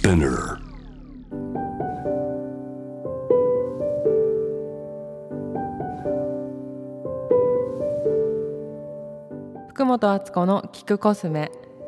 Spinner. 福本敦子の聞くコスメ。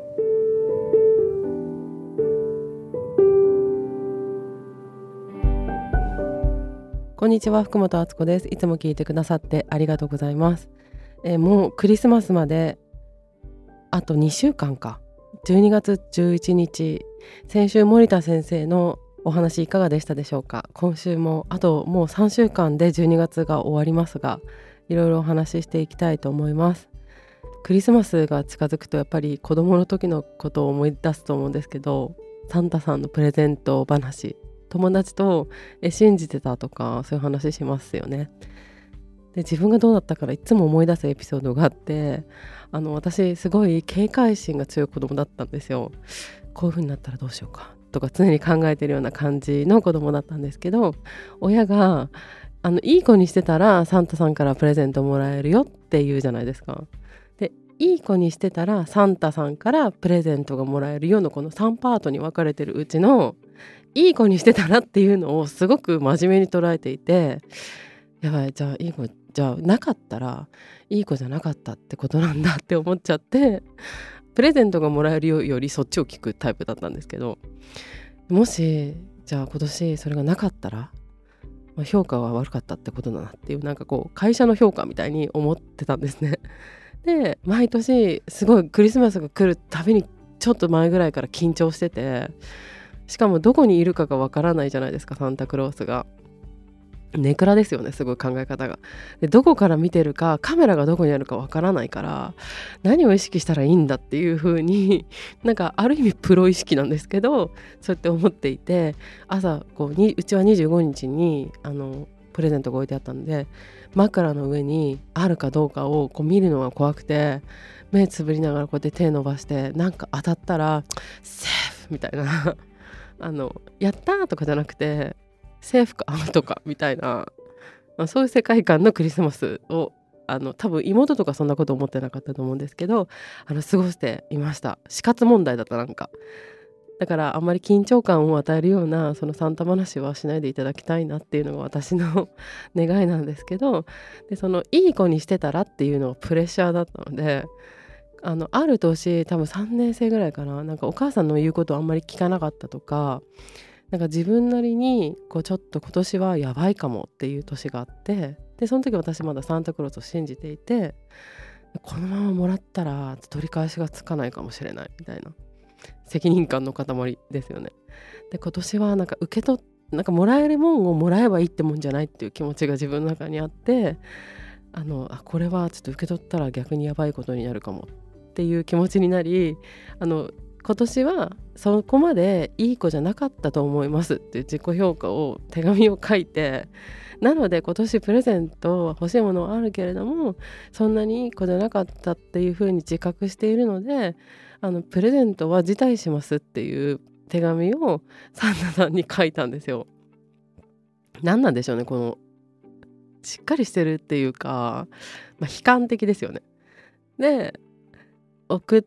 こんにちは、福本敦子です。いつも聞いてくださってありがとうございます。もうクリスマスまであと2週間か。12月11日、先週森田先生のお話いかがでしたでしょうか。今週もあともう3週間で12月が終わりますが、いろいろお話ししていきたいと思います。クリスマスが近づくとやっぱり子供の時のことを思い出すと思うんですけど、サンタさんのプレゼント話、友達と信じてたとかそういう話しますよね。で、自分がどうだったからいつも思い出すエピソードがあって、私すごい警戒心が強い子供だったんですよ。こういう風になったらどうしようかとか常に考えてるような感じの子供だったんですけど、親がいい子にしてたらサンタさんからプレゼントもらえるよって言うじゃないですか。で、いい子にしてたらサンタさんからプレゼントがもらえるよのこの3パートに分かれてるうちのいい子にしてたらっていうのをすごく真面目に捉えていて、やばい、じゃあいい子じゃなかったらいい子じゃなかったってことなんだって思っちゃって、プレゼントがもらえるよりそっちを聞くタイプだったんですけど、もしじゃあ今年それがなかったら、評価は悪かったってことだなっていう、なんかこう会社の評価みたいに思ってたんですね。で、毎年すごいクリスマスが来るたびにちょっと前ぐらいから緊張してて、しかもどこにいるかがわからないじゃないですか、サンタクロースが。ネクラですよね、すごい考え方が。で、どこから見てるか、カメラがどこにあるかわからないから、何を意識したらいいんだっていう風に、なんかある意味プロ意識なんですけど、そうやって思っていて、朝うちは25日にプレゼントが置いてあったんで、枕の上にあるかどうかを見るのが怖くて、目つぶりながらこうやって手伸ばして、なんか当たったらセーフみたいなやったーとかじゃなくて、セーフかとかみたいな、そういう世界観のクリスマスを多分妹とかそんなこと思ってなかったと思うんですけど、過ごしていました。死活問題だった。なんかだからあんまり緊張感を与えるようなそのサンタ話はしないでいただきたいなっていうのが私の願いなんですけど、で、そのいい子にしてたらっていうのはプレッシャーだったので、ある年多分3年生ぐらいかな、なんかお母さんの言うことをあんまり聞かなかったとか、なんか自分なりにちょっと今年はやばいかもっていう年があって、でその時私まだサンタクロースを信じていて、このままもらったら取り返しがつかないかもしれないみたいな責任感の塊ですよね。で、今年はなんかなんかもらえるもんをもらえばいいってもんじゃないっていう気持ちが自分の中にあって、これはちょっと受け取ったら逆にやばいことになるかもっていう気持ちになり、今年はそこまでいい子じゃなかったと思いますっていう自己評価を手紙を書いて、なので今年プレゼント欲しいものはあるけれどもそんなにいい子じゃなかったっていうふうに自覚しているので、プレゼントは辞退しますっていう手紙をサンタさんに書いたんですよ。何なんでしょうね、このしっかりしてるっていうか、悲観的ですよね。で、送って、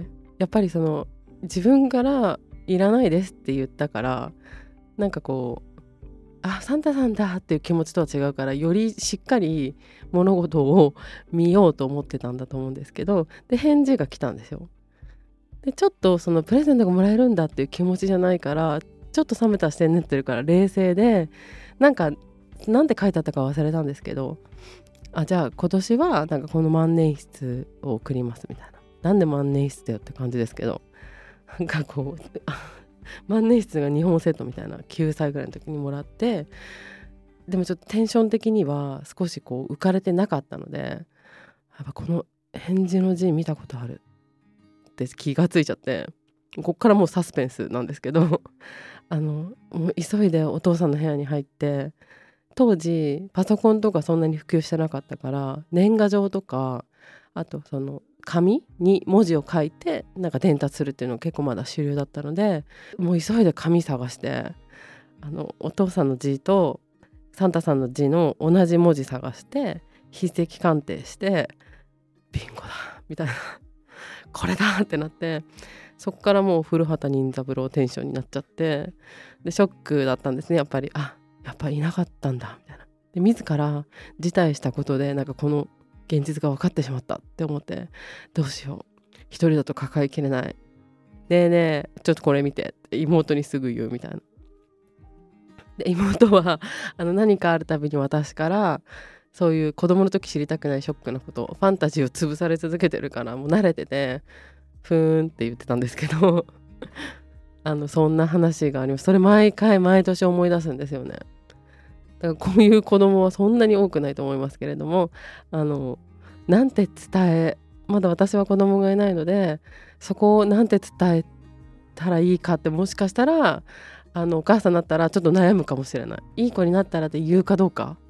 やっぱり自分からいらないですって言ったから、なんかサンタさんだっていう気持ちとは違うから、よりしっかり物事を見ようと思ってたんだと思うんですけど、で返事が来たんですよ。で、ちょっとそのプレゼントがもらえるんだっていう気持ちじゃないから、ちょっと冷めた視点になってるから冷静で、なんかなんて書いてあったか忘れたんですけど、じゃあ今年はなんかこの万年筆を送りますみたいな。なんで万年筆だよって感じですけど、なんか万年筆が2本セットみたいな9歳ぐらいの時にもらって、でもちょっとテンション的には少し浮かれてなかったので、やっぱこの返事の字見たことあるって気がついちゃって、こっからもうサスペンスなんですけどもう急いでお父さんの部屋に入って、当時パソコンとかそんなに普及してなかったから、年賀状とか、あとその紙に文字を書いてなんか伝達するっていうのが結構まだ主流だったので、もう急いで紙探して、お父さんの字とサンタさんの字の同じ文字探して筆跡鑑定して、ビンゴだみたいなこれだってなって、そこからもう古畑任三郎テンションになっちゃって、でショックだったんですね。やっぱりやっぱりいなかったんだみたいな。で自ら辞退したことでなんかこの現実が分かってしまったって思って、どうしよう、一人だと抱えきれない、ねえねえちょっとこれ見てって妹にすぐ言うみたいな。で妹は何かあるたびに私からそういう子供の時知りたくないショックなこと、ファンタジーを潰され続けてるからもう慣れてて、ふーんって言ってたんですけどそんな話があります。それ毎回毎年思い出すんですよね。だからこういう子供はそんなに多くないと思いますけれども、なんて伝えまだ私は子供がいないので、そこをなんて伝えたらいいかってもしかしたらお母さんだったらちょっと悩むかもしれない。いい子になったらって言うかどうか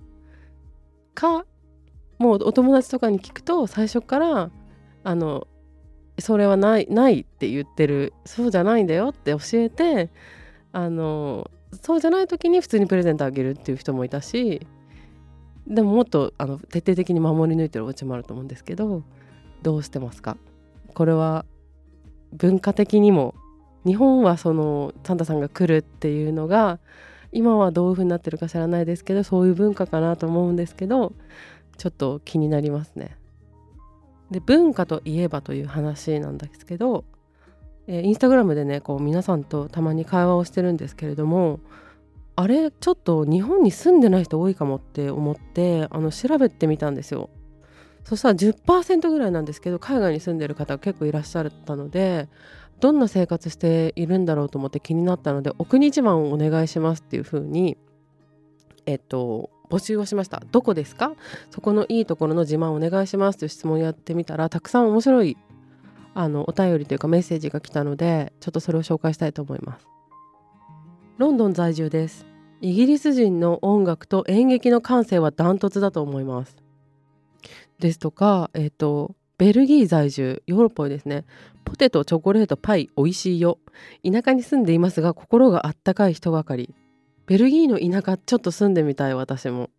もうお友達とかに聞くと最初からそれはないって言ってる、そうじゃないんだよって教えて、そうじゃない時に普通にプレゼントあげるっていう人もいたし、でももっと徹底的に守り抜いてるお家もあると思うんですけど、どうしてますか？これは文化的にも日本はそのサンタさんが来るっていうのが今はどういう風になってるか知らないですけど、そういう文化かなと思うんですけど、ちょっと気になりますね。で文化といえばという話なんですけど、インスタグラムでねこう皆さんとたまに会話をしてるんですけれども、あれちょっと日本に住んでない人多いかもって思って調べてみたんですよ。そしたら 10% ぐらいなんですけど、海外に住んでる方が結構いらっしゃったので、どんな生活しているんだろうと思って気になったので、お国自慢をお願いしますっていう風に募集をしました。どこですか？そこのいいところの自慢お願いしますという質問をやってみたら、たくさん面白いお便りというかメッセージが来たので、ちょっとそれを紹介したいと思います。ロンドン在住です。イギリス人の音楽と演劇の感性はダントツだと思います。ですとか、ベルギー在住、ヨーロッパですね。ポテト、チョコレート、パイ、美味しいよ。田舎に住んでいますが、心があったかい人ばかり。ベルギーの田舎、ちょっと住んでみたい、私も。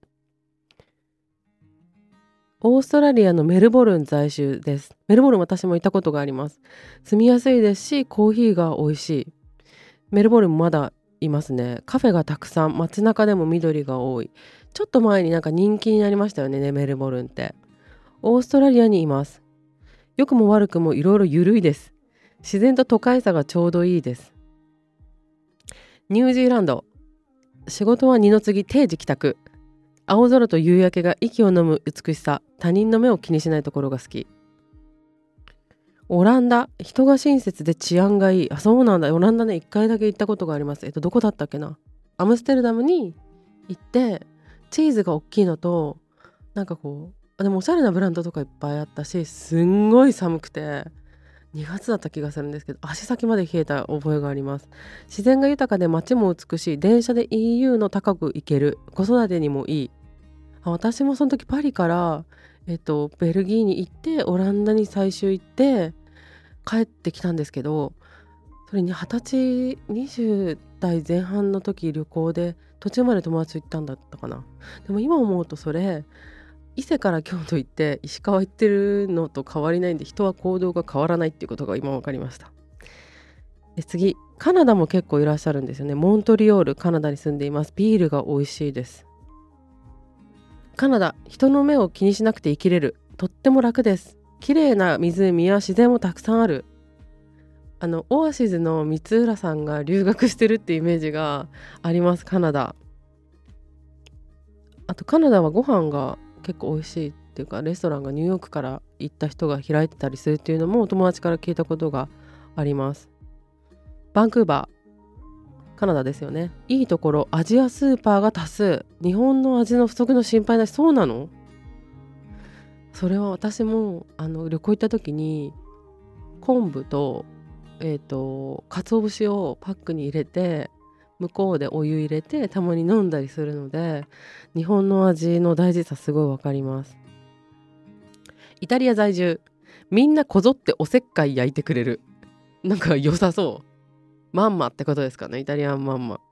オーストラリアのメルボルン在住です。メルボルン私も行ったことがあります。住みやすいですし、コーヒーが美味しい。メルボルンもまだいますね。カフェがたくさん、街中でも緑が多い。ちょっと前になんか人気になりましたよね、メルボルンって。オーストラリアにいます。良くも悪くもいろいろゆるいです。自然と都会さがちょうどいいです。ニュージーランド。仕事は二の次、定時帰宅。青空と夕焼けが息を飲む美しさ、他人の目を気にしないところが好き。オランダ。人が親切で治安がいい。そうなんだ。オランダね、1回だけ行ったことがあります。どこだったっけな。アムステルダムに行って、チーズが大きいのと、なんかこうでもおしゃれなブランドとかいっぱいあったし、すんごい寒くて2月だった気がするんですけど、足先まで冷えた覚えがあります。自然が豊かで街も美しい。電車で EU の高く行ける。子育てにもいい。私もその時パリから、ベルギーに行ってオランダに最終行って帰ってきたんですけど、それに20歳20代前半の時旅行で途中まで友達と行ったんだったかな。でも今思うとそれ伊勢から京都行って石川行ってるのと変わりないんで、人は行動が変わらないっていうことが今分かりました。で次、カナダも結構いらっしゃるんですよね。モントリオール、カナダに住んでいます。ビールが美味しいです。カナダ、人の目を気にしなくて生きれる。とっても楽です。綺麗な湖や自然もたくさんある。オアシズの三浦さんが留学してるっていうイメージがあります、カナダ。あとカナダはご飯が結構美味しいっていうか、レストランがニューヨークから行った人が開いてたりするっていうのもお友達から聞いたことがあります。バンクーバー、カナダですよね。いいところ、アジアスーパーが多数。日本の味の不足の心配なし。そうなの？それは私も旅行行った時に昆布と鰹節をパックに入れて、向こうでお湯入れてたまに飲んだりするので、日本の味の大事さすごいわかります。イタリア在住。みんなこぞっておせっかい焼いてくれる。なんか良さそう。マンマってことですかね、イタリアンマンマ。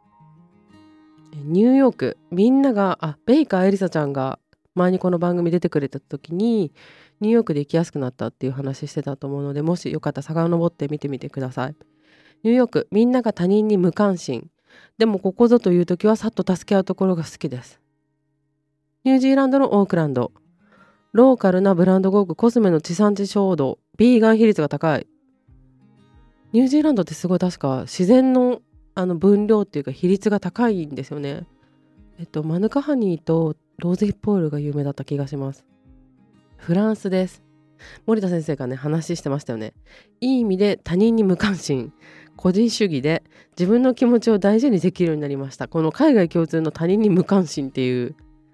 ニューヨーク。みんながベイカーエリサちゃんが前にこの番組出てくれた時にニューヨークで行きやすくなったっていう話してたと思うので、もしよかったら遡って見てみてください。ニューヨーク、みんなが他人に無関心。でもここぞという時はさっと助け合うところが好きです。ニュージーランドのオークランド。ローカルなブランド語具、コスメの地産地消度、ビーガン比率が高い。ニュージーランドってすごい確か自然の分量っていうか比率が高いんですよね。マヌカハニーとローズヒップオイルが有名だった気がします。フランスです。森田先生がね話してましたよね。いい意味で他人に無関心、個人主義で自分の気持ちを大事にできるようになりました。この海外共通の他人に無関心っていう、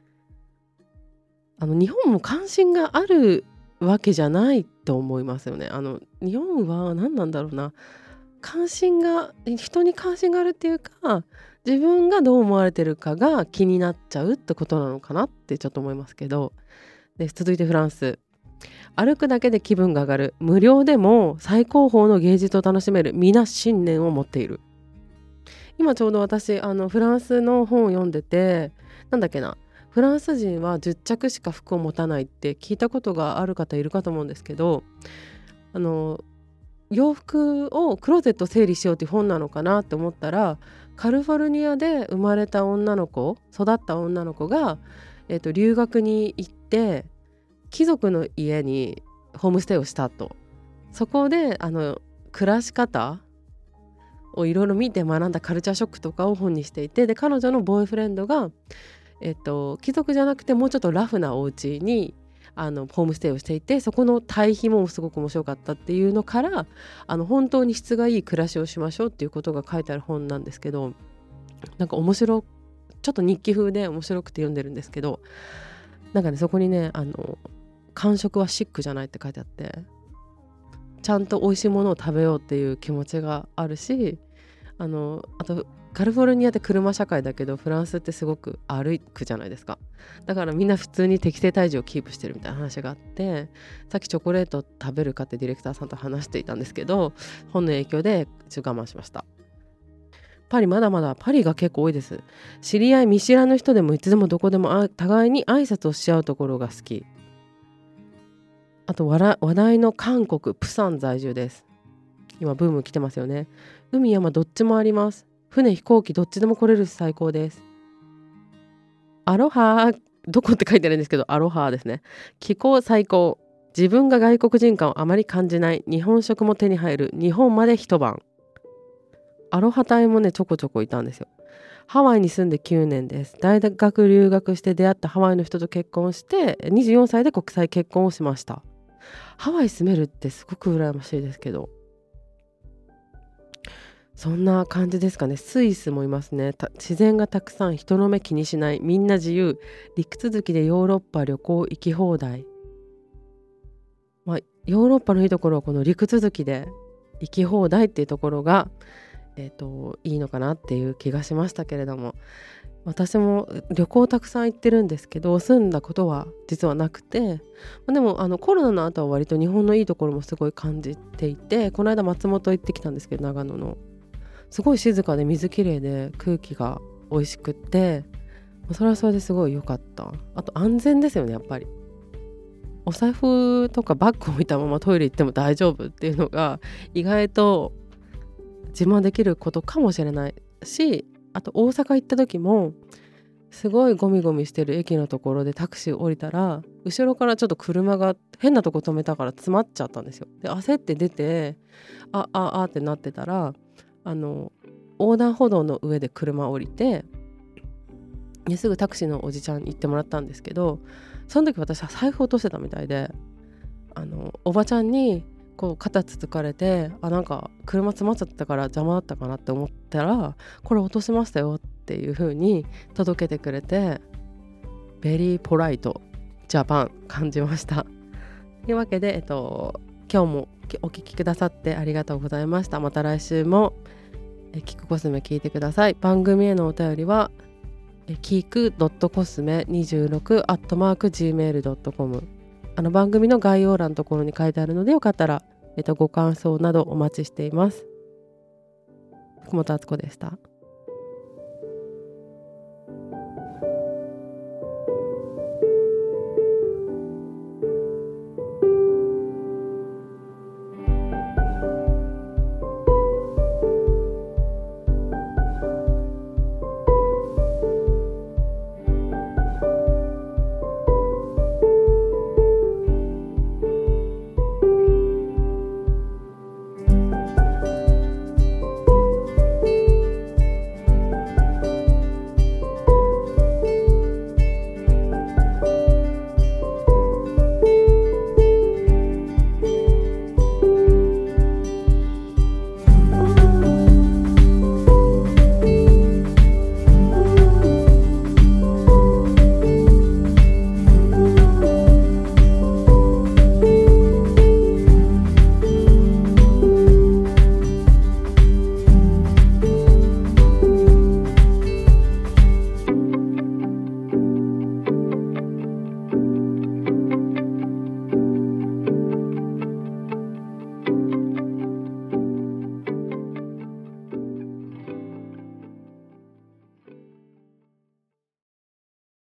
日本も関心があるわけじゃないと思いますよね。日本は何なんだろうな、人に関心があるっていうか、自分がどう思われてるかが気になっちゃうってことなのかなってちょっと思いますけど。で続いてフランス。歩くだけで気分が上がる、無料でも最高峰の芸術を楽しめる、皆信念を持っている。今ちょうど私フランスの本を読んでて、なんだっけな、フランス人は10着しか服を持たないって聞いたことがある方いるかと思うんですけど、洋服をクローゼット整理しようっていう本なのかなって思ったら、カリフォルニアで生まれた女の子、育った女の子が、留学に行って貴族の家にホームステイをしたと。そこで暮らし方をいろいろ見て学んだカルチャーショックとかを本にしていて、で彼女のボーイフレンドが、貴族じゃなくてもうちょっとラフなお家にホームステイをしていて、そこの対比もすごく面白かったっていうのから、本当に質がいい暮らしをしましょうっていうことが書いてある本なんですけど、なんかちょっと日記風で面白くて読んでるんですけど、なんかねそこにね間食はシックじゃないって書いてあって、ちゃんと美味しいものを食べようっていう気持ちがあるし、あとカリフォルニアって車社会だけど、フランスってすごく歩くじゃないですか。だからみんな普通に適正体重をキープしてるみたいな話があって、さっきチョコレート食べるかってディレクターさんと話していたんですけど、本の影響でちょっと我慢しました。パリ、まだまだパリが結構多いです。知り合い見知らぬ人でもいつでもどこでも互いに挨拶をし合うところが好き。あと話題の韓国プサン在住です。今ブーム来てますよね。海山どっちもあります。船飛行機どっちでも来れるし最高です。アロハ、どこって書いてあるんですけど、アロハですね。気候最高。自分が外国人感をあまり感じない。日本食も手に入る。日本まで一晩。アロハ隊もねちょこちょこいたんですよ。ハワイに住んで9年です。大学留学して出会ったハワイの人と結婚して24歳で国際結婚をしました。ハワイ住めるってすごく羨ましいですけど、そんな感じですかね。スイスもいますね。自然がたくさん、人の目気にしない、みんな自由、陸続きでヨーロッパ旅行行き放題。ヨーロッパのいいところはこの陸続きで行き放題っていうところが、いいのかなっていう気がしましたけれども、私も旅行たくさん行ってるんですけど、住んだことは実はなくて、でもコロナの後は割と日本のいいところもすごい感じていて、この間松本行ってきたんですけど、長野のすごい静かで水きれいで空気が美味しくって、それはそれですごい良かった。あと安全ですよね。やっぱりお財布とかバッグを置いたままトイレ行っても大丈夫っていうのが意外と自慢できることかもしれないし、あと大阪行った時もすごいゴミゴミしてる駅のところでタクシー降りたら、後ろからちょっと車が変なとこ止めたから詰まっちゃったんですよ。で焦って出てあってなってたら、横断歩道の上で車降りて、すぐタクシーのおじちゃんに行ってもらったんですけど、その時私は財布落としてたみたいで、おばちゃんにこう肩つつかれて、なんか車詰まっちゃったから邪魔だったかなって思ったら、これ落としましたよっていう風に届けてくれて、ベリーポライトジャパン感じました。というわけで、今日もお聞きくださってありがとうございました。また来週もキクコスメ聞いてください。番組へのお便りはkiku.cosme26@gmail.com、 番組の概要欄のところに書いてあるので、よかったらご感想などお待ちしています。福本敦子でした。